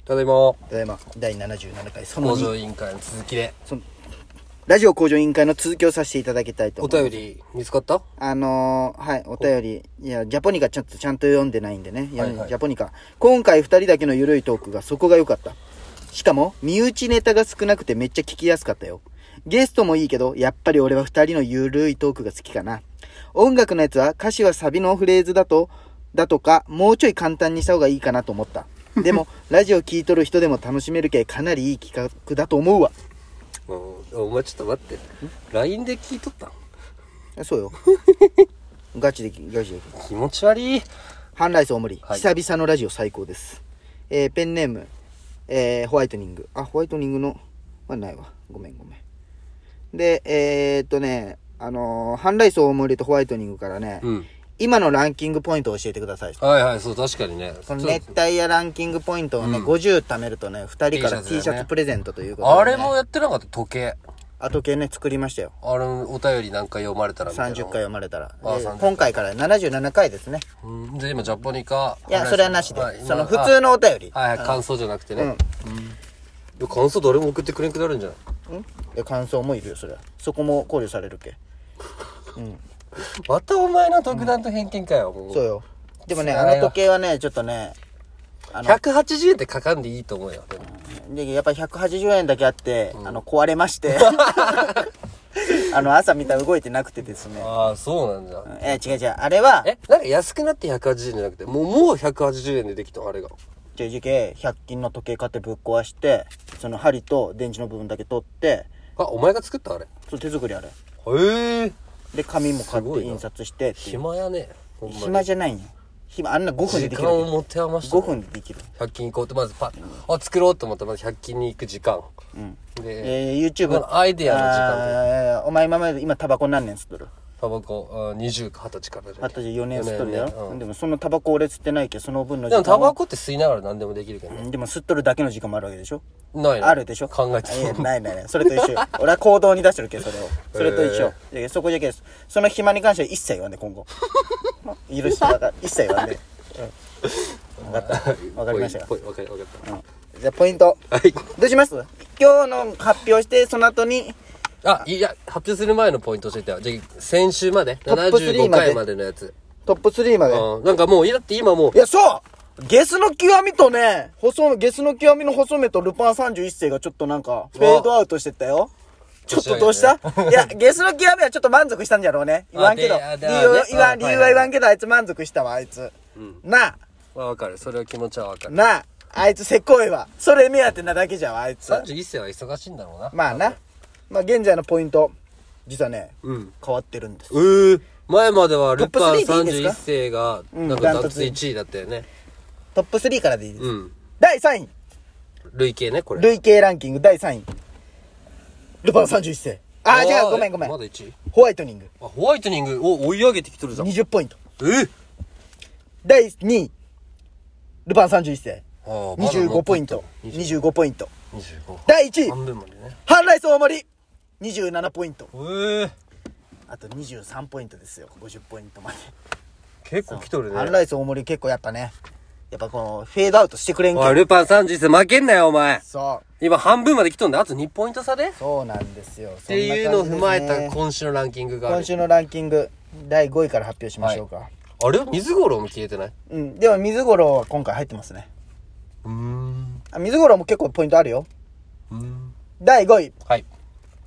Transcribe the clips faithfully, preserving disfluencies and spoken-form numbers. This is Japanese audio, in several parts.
ただいま。 ただいまだいななじゅうななかいその工場委員会の続きでそのラジオ工場委員会の続きをさせていただきたいとお思います。 便り見つかった？ あのー、はいお便りいやジャポニカちょっとちゃんと読んでないんでね、いやはいはいジャポニカ今回ふたりだけのゆるいトークがそこが良かった。しかも身内ネタが少なくてめっちゃ聞きやすかったよ。ゲストもいいけどやっぱり俺はふたりのゆるいトークが好きかな。音楽のやつは歌詞はサビのフレーズだとだとかもうちょい簡単にした方がいいかなと思った。でもラジオ聞いとる人でも楽しめるけかなりいい企画だと思うわ。 お前ちょっと待って、 ライン で聞いとったん？ そうよガチでガチで気持ち悪い。 ハンライス大森、 はい、 久々のラジオ最高です。えー、ペンネーム、えー、ホワイトニング。あ、ホワイトニングのはないわ、ごめんごめん。でえー、っとねあのー、ハンライス大森とホワイトニングからね、うん、今のランキングポイントを教えてください。 はいはい、そう確かにね、 この熱帯夜ランキングポイントをね、うん、ごじゅう貯めるとねふたりから T シャツプレゼントということで、ね、 あれもやってなかった？時計あ時計ね作りましたよ。 あれお便りなんか読まれたらみたいな、 さんじゅっかい読まれたら、今回からななじゅうななかいですね。 うんで今ジャポニカいやそれはなしで、はい、その普通のお便り、 はいはい、感想じゃなくてね、うんうん、感想誰も送ってくれんくなるんじゃない？ んいや感想もいるよ、それはそこも考慮されるけうんまたお前の独断と偏見かよ、 うん、もうそうよ。でもねあの時計はねちょっとねあのひゃくはちじゅうえんってかかんでいいと思うよ。でもでやっぱりひゃくはちじゅうえんだけあって、うん、あの壊れましてあの朝見たら動いてなくてですね。 ああそうなんだ。 え違う違うあれはえなんか安くなってひゃくはちじゅうえんじゃなくてもうもうひゃくはちじゅうえんでできたあれが。 じゃあ時計ひゃく均の時計買ってぶっ壊してその針と電池の部分だけ取って。 あお前が作ったあれ？ そう手作りあれ。 へえ。 で紙も買って印刷してって暇やね。 ほんまに暇じゃないんよ。暇あんなごふんでできる。 時間を持て余した、 ね、ごふんでできる。 ひゃく均行こうってまずパッ、うん、あ作ろうと思ったらまずひゃく均に行く時間、 うん、で、えー、YouTube のアイデアの時間。 お前今まで今タバコ何年吸っとる？ タバコにじゅうかはたちからじゃん。 はたちよねん吸っとるやろ、うん、でもそのタバコ俺吸ってないけどその分の時間でもタバコって吸いながら何でもできるけどね、 うん、でも吸っとるだけの時間もあるわけでしょ。 ないのあるでしょ考えてるないないないそれと一緒俺は行動に出してるけどそれをそれと一緒、えー、そこじゃけその暇に関しては一切言わんで今後許してわか一切言わんでうん、分かった分かりましたよ。 分かった分かった、 うん、じゃあポイント、 はい、 どうします？今日の発表してその後にあいや発表する前のポイント教えてよ。じゃあ先週までななじゅうごかいまでのやつトップスリーまで、 うん、なんかもうだって今もういやそうゲスの極みとね細ゲスの極みの細目とルパンさんじゅういっせいがちょっとなんかフェードアウトしてったよ。ちょっとどうした？いやゲスの極みはちょっと満足したんじゃろうね。言わんけど理由言わん理由は言わんけどあいつ満足したわあいつ、うん、なあわかるそれは気持ちはわかるなああいつせっこいわそれ目当てなだけじゃわあいつさんじゅういっせいは忙しいんだろうな。 まあなまあ現在のポイント実はね、うん、変わってるんです。 えー、前まではルパンさんじゅういっせいがなんかダントツいちいだったよね。 トップスリーからでいいです、うん、だいさんい累計ねこれ累計ランキングだいさんいルパンさんじゅういっせい。あー、じゃあごめんごめん。 まだいちいホワイトニング。 あ、ホワイトニングを追い上げてきとるじゃん。 にじゅうポイント。 えだいにいルパンさんじゅういっせい。 あにじゅうごポイント。にじゅうごポイント。 にじゅうご。 だいいちい半分までね。 ハンライス大森にじゅうななポイント。 えー、 あとにじゅうさんポイントですよ。ごじゅうポイントまで。 結構来とるね。 ハンライス大森結構やっぱね。やっぱこのフェードアウトしてくれんけど。 おいルパンさんじゅういっせい負けんなよお前。 そう。 今半分まで来とんだ。あとにポイント差で。 そうなんですよ。 っていうのを踏まえた今週のランキングがある。 今週のランキングだいごいから発表しましょうか。はい、 あれ水五郎も消えてない？ うん。でも水五郎は今回入ってますね。 うーん。 あ水五郎も結構ポイントあるよ。 うーん。 だいごい。 はい。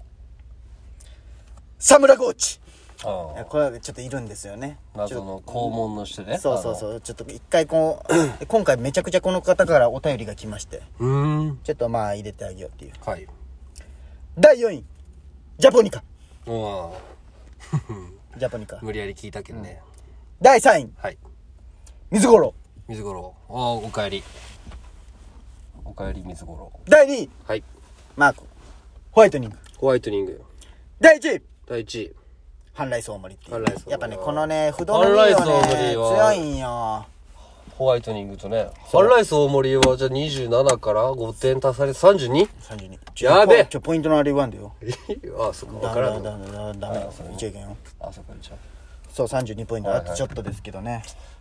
サムラゴーチ。 ああ。 これちょっといるんですよね。 謎の肛門の人ね。 そうそうそう。ちょっと一回こう今回めちゃくちゃこの方からお便りが来まして。 うーん。 ちょっとまあ入れてあげようっていう。 はい。 だいよんいジャポニカ。 おジャポニカ。 無理やり聞いたけどね。 うん、だいさんい。 はい。 水五郎。 水五郎。ああおかえり。おかえり水五郎。 だいにい。 はい。 マーク。ホワイトニング。 ホワイトニング。 だいいちい。 だいいちい。 ハンライス大森っていう。 ハンライス大森。 やっぱねこのね不動の理由はね強いんよ。 ホワイトニングとね。ハンライス大森はじゃあにじゅうななからごてん足されて さんじゅうに？ さんじゅうに。 やべえ。 ちょポイントのあれ言わんでよ。 ああそっか分からん。 ダメだダメだダメだそれ言っちゃいけんよ。 あそっかじゃあ。 そうさんじゅうにポイントあとちょっとですけどね。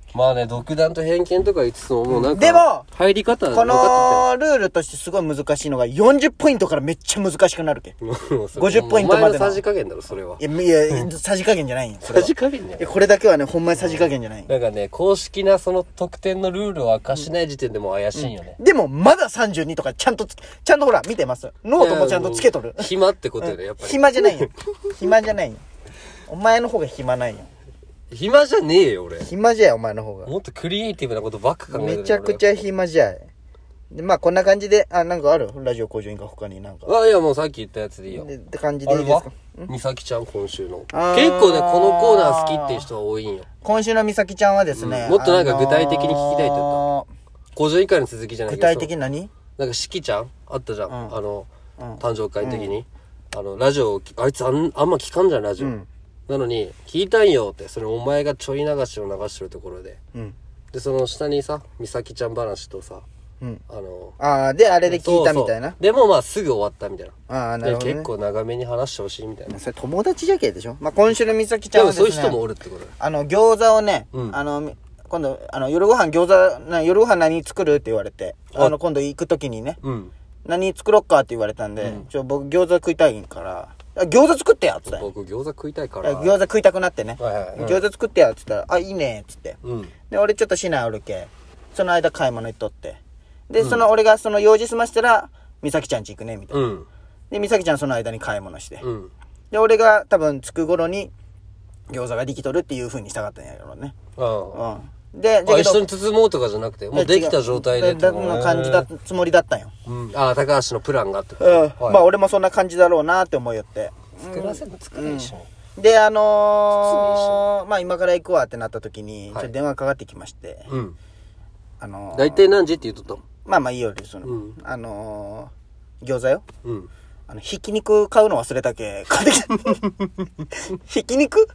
まあね、独断と偏見とか言いつつも、もうなんか、 でも入り方このルールとしてすごい難しいのがよんじゅっポイントからめっちゃ難しくなるけ。ごじゅっポイントまでの。 お前のさじ加減だろ、それは。 いや、いや、さじ加減じゃないよ。 さじ加減じゃない。 これだけはね、ほんまにさじ加減じゃない。 なんかね、公式なその得点のルールを明かしない時点でもう怪しいよね。 うん、でも、まださんじゅうにとかちゃんとつ、ちゃんとほら、見てます。ノートもちゃんとつけとる。 暇ってことよね、やっぱり。 暇じゃないよ。暇じゃないよ。お前の方が暇ないよ。 暇じゃねえよ、俺。 暇じゃよ、お前の方が。 もっとクリエイティブなことばっか考えてる。 めちゃくちゃ暇じゃい。で、まあ、こんな感じで、あ、なんかあるラジオ向上委員会他になんか。 あ、いや、もうさっき言ったやつでいいよ。 って感じでいいですか？ みさきちゃん今週の。結構ね、このコーナー好きっていう人は多いんよ。 今週のみさきちゃんはですね、 うん、もっとなんか具体的に聞きたいって言った。向上委員会の続きじゃないけど。 具体的に何？ なんかしきちゃんあったじゃん。うん、あの、うん、誕生会的に。うん、あの、ラジオ、あいつあんあんま聞かんじゃん、ラジオ。うんなのに、聞いたんよって、それお前がちょい流しを流してるところで。うん。で、その下にさ、みさきちゃん話とさ、うん。あの、 ああ、で、あれで聞いたみたいな。そうそうでもまあすぐ終わったみたいな。 ああ、なるほど、ね。 結構長めに話してほしいみたいな。 それ友達じゃけでしょまあ今週のみさきちゃんはですね。 でもそういう人もおるってことだ。 あの、餃子をね、うん、あの、今度、あの、夜ご飯餃子、な夜ご飯何作るって言われて、あの、今度行くときにね、うん。何作ろっかって言われたんで、うん、ちょ、僕餃子食いたいから、餃子作ってやっつった僕餃子食いたいから餃子食いたくなってね、 はいはいうん、 餃子作ってやっつったらあいいねっつって、うん、で俺ちょっと市内おるけその間買い物行っとってで、うん、その俺がその用事済ましたら美咲ちゃん家行くねみたいな、うん、で美咲ちゃんその間に買い物して、うん、で俺が多分着く頃に餃子ができとるっていう風にしたかったんやろうねああで、じゃあ一緒に包もうとかじゃなくて、もうできた状態で。 だの感じだ、つもりだったんよ。 うん。ああ、高橋のプランがあってこと。 うん。はい、まあ俺もそんな感じだろうなって思いよって。 作らせるの作らないしょ。 で、あのー、まあ今から行くわってなった時に、ちょっと電話かかってきまして。うん。あのー。 大体何時って言うとったの？ まあまあいいより、その、うん、あのー、餃子よ。うん。あの、ひき肉買うの忘れたけ、買ってきた。ひき肉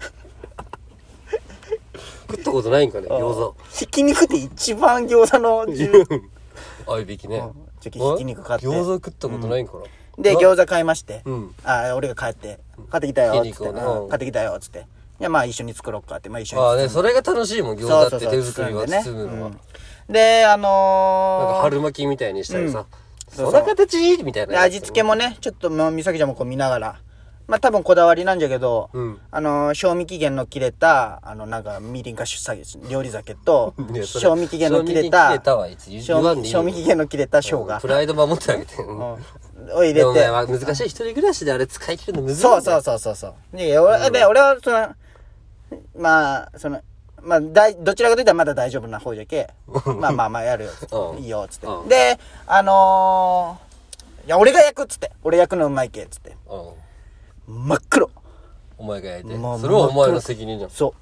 食ったことないんかね、餃子。 ひき肉って一番餃子の重合いびきね。 ちょっとひき肉買って。 餃子食ったことないんかな。 うん、で、餃子買いまして。うん、あ、俺が帰って、買ってきたよ、つって。ね、買ってきたよ、つって。いや、まあ一緒に作ろうかって。まあ一緒に。 ああね、それが楽しいもん、餃子って手作りは包むのは。 で、あのー、 なんか春巻きみたいにしたらさ、うん、そんな形みたいな。 味付けもね、ちょっと、まあ、みさきちゃんもこう見ながら。まあ多分こだわりなんじゃけど、うん、あの、賞味期限の切れた、あの、なんか、みりんか料理酒と、賞味期限の切れた、賞味期限の切れた生姜。 プライド守ってあげて。うん、 を入れて。でもね、難しい一人暮らしであれ使い切るの難しい。 そうそうそうそうそう。で、俺、で、俺は、その、まあ、その、まあ、だい、どちらかといったらまだ大丈夫な方じゃけ、まあまあまあやるよ、いいよ、つって。で、あのー、いや、俺が焼くっつって。俺焼くのうまいけ、つって。真っ黒。 お前が焼いて。それはお前の責任じゃん。 そう。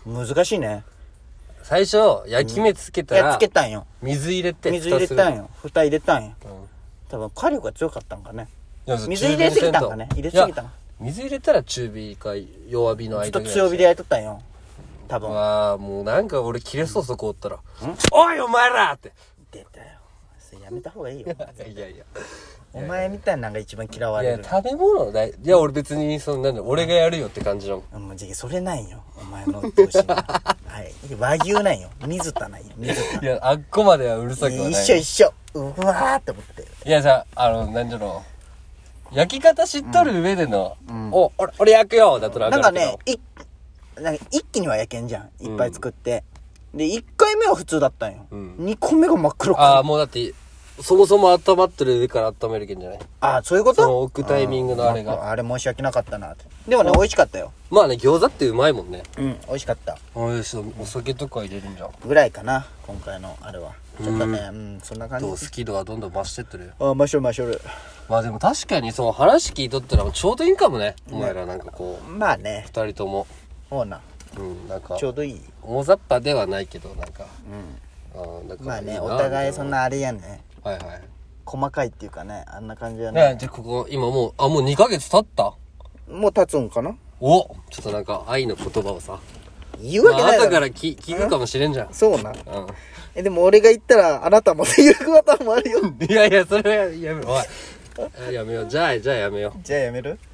難しいね。 最初、焼き目つけたら、 うん、つけたんよ。 水入れて、 水入れたんよ。蓋入れたんよ。うん、多分火力が強かったんかね。水入れすぎたんかね。入れすぎたん。 水入れたら中火か弱火の間ちょっと強火で焼いとったんよ。多分。 ああ、もうなんか俺切れそうそこおったら。おいお前らって。 出たよ。それやめた方がいいよ。 いやいや。 お前みたいなのが一番嫌われる。 いや、食べ物だい。いや、俺別に、その、なんだ、俺がやるよって感じだもん。 もう、じゃそれないよ。お前の投資は。はい。和牛ないよ。水田ないよ。水田。 いや、あっこまではうるさくはない。 一緒一緒。うわーって思ってる。 いや、じゃあ、あの、なんだろう。焼き方知っとる上での、うん、お、俺、俺焼くよだったらなんかね、い、なんか一気には焼けんじゃん。いっぱい作って。うん、で、いっかいめは普通だったんよ。うん、にこめが真っ黒く。 ああ、もうだって、そもそも温まってる上から温めるけんじゃない？ ああ、そういうこと？ その置くタイミングのあれが。 あれ申し訳なかったなって。でもね、美味しかったよ。 まあね、餃子ってうまいもんね。 うん、美味しかった。 おいしそう。お酒とか入れるんじゃん。 ぐらいかな、今回のあれは。ちょっとね、うん、うん、そんな感じ。 どう好き度はどんどん増してってるよ。 ああ、増しょる増しょる。 まあでも確かにその話聞いとったらちょうどいいかもね。お前らなんかこう。 まあね。 二人とも。 そうな。 うん、なんか。 ちょうどいい。 大雑把ではないけど、なんか。 うん。ああ、なんか。まあね、お互いそんなあれやね。 はいはい。 細かいっていうかね、あんな感じやね。 ね、で、ここ、今もう、あ、もうにかげつ経った？ もう経つんかな？ お、ちょっとなんか愛の言葉をさ。 言うわけないだろ。 まあ、後から聞くかもしれんじゃん。 そうな。うん。え、でも俺が言ったら、あなたも言うこともあるよ。 いやいや、それはやめろ。おい。やめよう。じゃあ、じゃあやめよう。 じゃあやめる？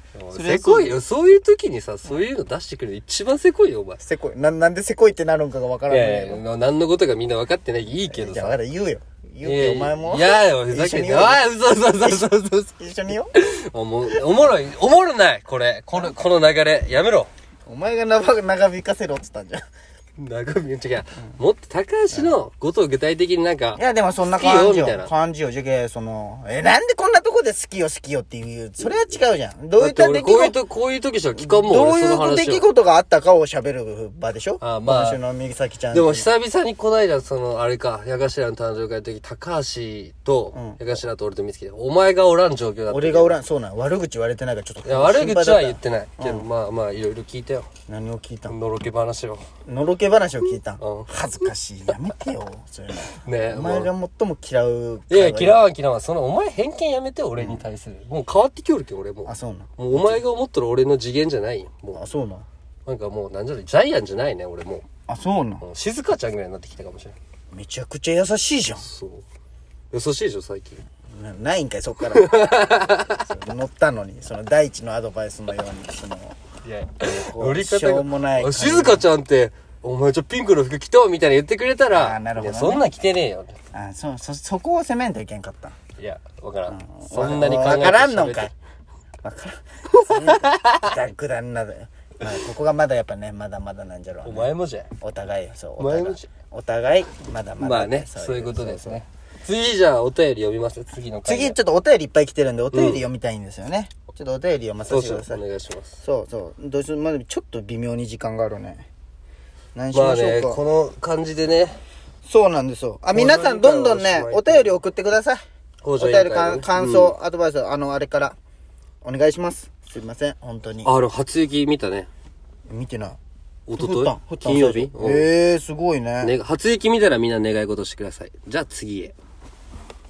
せこいよ。そういう時にさ、そういうの出してくるの一番せこいよ、お前。 せこい。な、なんでせこいってなるんかがわからいないやいや、何のことかみんな分かってない。いいけどさ。 じゃあ、わかった、言うよ。言うよ、お前も。 いやいや、ふざけて。おい、嘘嘘嘘嘘嘘嘘。 一緒によ。 もう、おもろい、おもろない、これ。この、この流れ。やめろ。 お前が長長引かせろって言ったんじゃん。 長引違う。もっと高橋のことを具体的になんか。 いや、でもそんな感じよ。 好きよみたいな感じよ。じゃけ、その、え、なんでこんなとこで好きよ好きよっていう、それは違うじゃん。どういった出来こういう事、 と、こういう時しか聞かんもん。 どう俺その話をいう出来事があったかを喋る場でしょ。 あまあ今週のみさきちゃん。 でも久々にこないだ、その、あれか、矢頭の誕生会の時、高橋と、矢頭と俺と見つけて、お前がおらん状況だった。 俺がおらん、そうなん。悪口言われてないからちょっと。 いや、悪口は言ってない。けど、まあまあ、いろいろ聞いたよ。 何を聞いたん？ のろけ話を。 のろけ話を聞いたん。 うん恥ずかしい。やめてよ。それ。 ねえ。 お前が最も嫌う。 いや、嫌わん嫌わん。その、お前偏見やめて、俺に対する。もう変わってきよるけ、俺も。 あ、そうなん。 もうお前が思っとる俺の次元じゃないよ。もあ、そうなん。 う、なんかもう、なんじゃろ、ジャイアンじゃないね、俺もあ、そうなん。 う。もう静香ちゃんぐらいになってきたかもしれない。 めちゃくちゃ優しいじゃん。 そう。優しいでしょ、最近。 なないんかい、そっから。それ乗ったのに、その第一のアドバイスのように、その、 いや、 こう乗り方がしょうもないあ静香ちゃんって、お前ちょ、ピンクの服着とうみたいな言ってくれたら、 あーなるほどねいや、そんなん着てねえよ。 あ、そ、そ、そこを責めんといけんかった。 いや、わからん。そんなに考えてわからんのか喋っい。わからん。ぐだぐだんなだよ。まあ、ここがまだやっぱね、まだまだなんじゃろう、 て。おね。 前もじゃん。 お互いよ、そう。 お前もじゃお互い、まだまだ。 まあね、そういうことですね。次じゃあお便り読みます次の回。 次、ちょっとお便りいっぱい来てるんで、お便り読みたいんですよね。ちょっとお便り読まさそうそうせてください。 お願いします。 そうそう。どうしよう、まだちょっと微妙に時間があるね。何しまあね、 ましょうか。 この感じでね、 そうなんですよ。あ、皆さんどんどんね、お便り送ってください。お工場委便り員会のねか感想、アドバイス、あの、あれから、お願いします。すいません、本当に。 あの、初雪見たね。 見てない。 おととい降ったん降ったん金曜日うんええー、すごいね。 ね、初雪見たらみんな願い事してください。じゃあ次へ。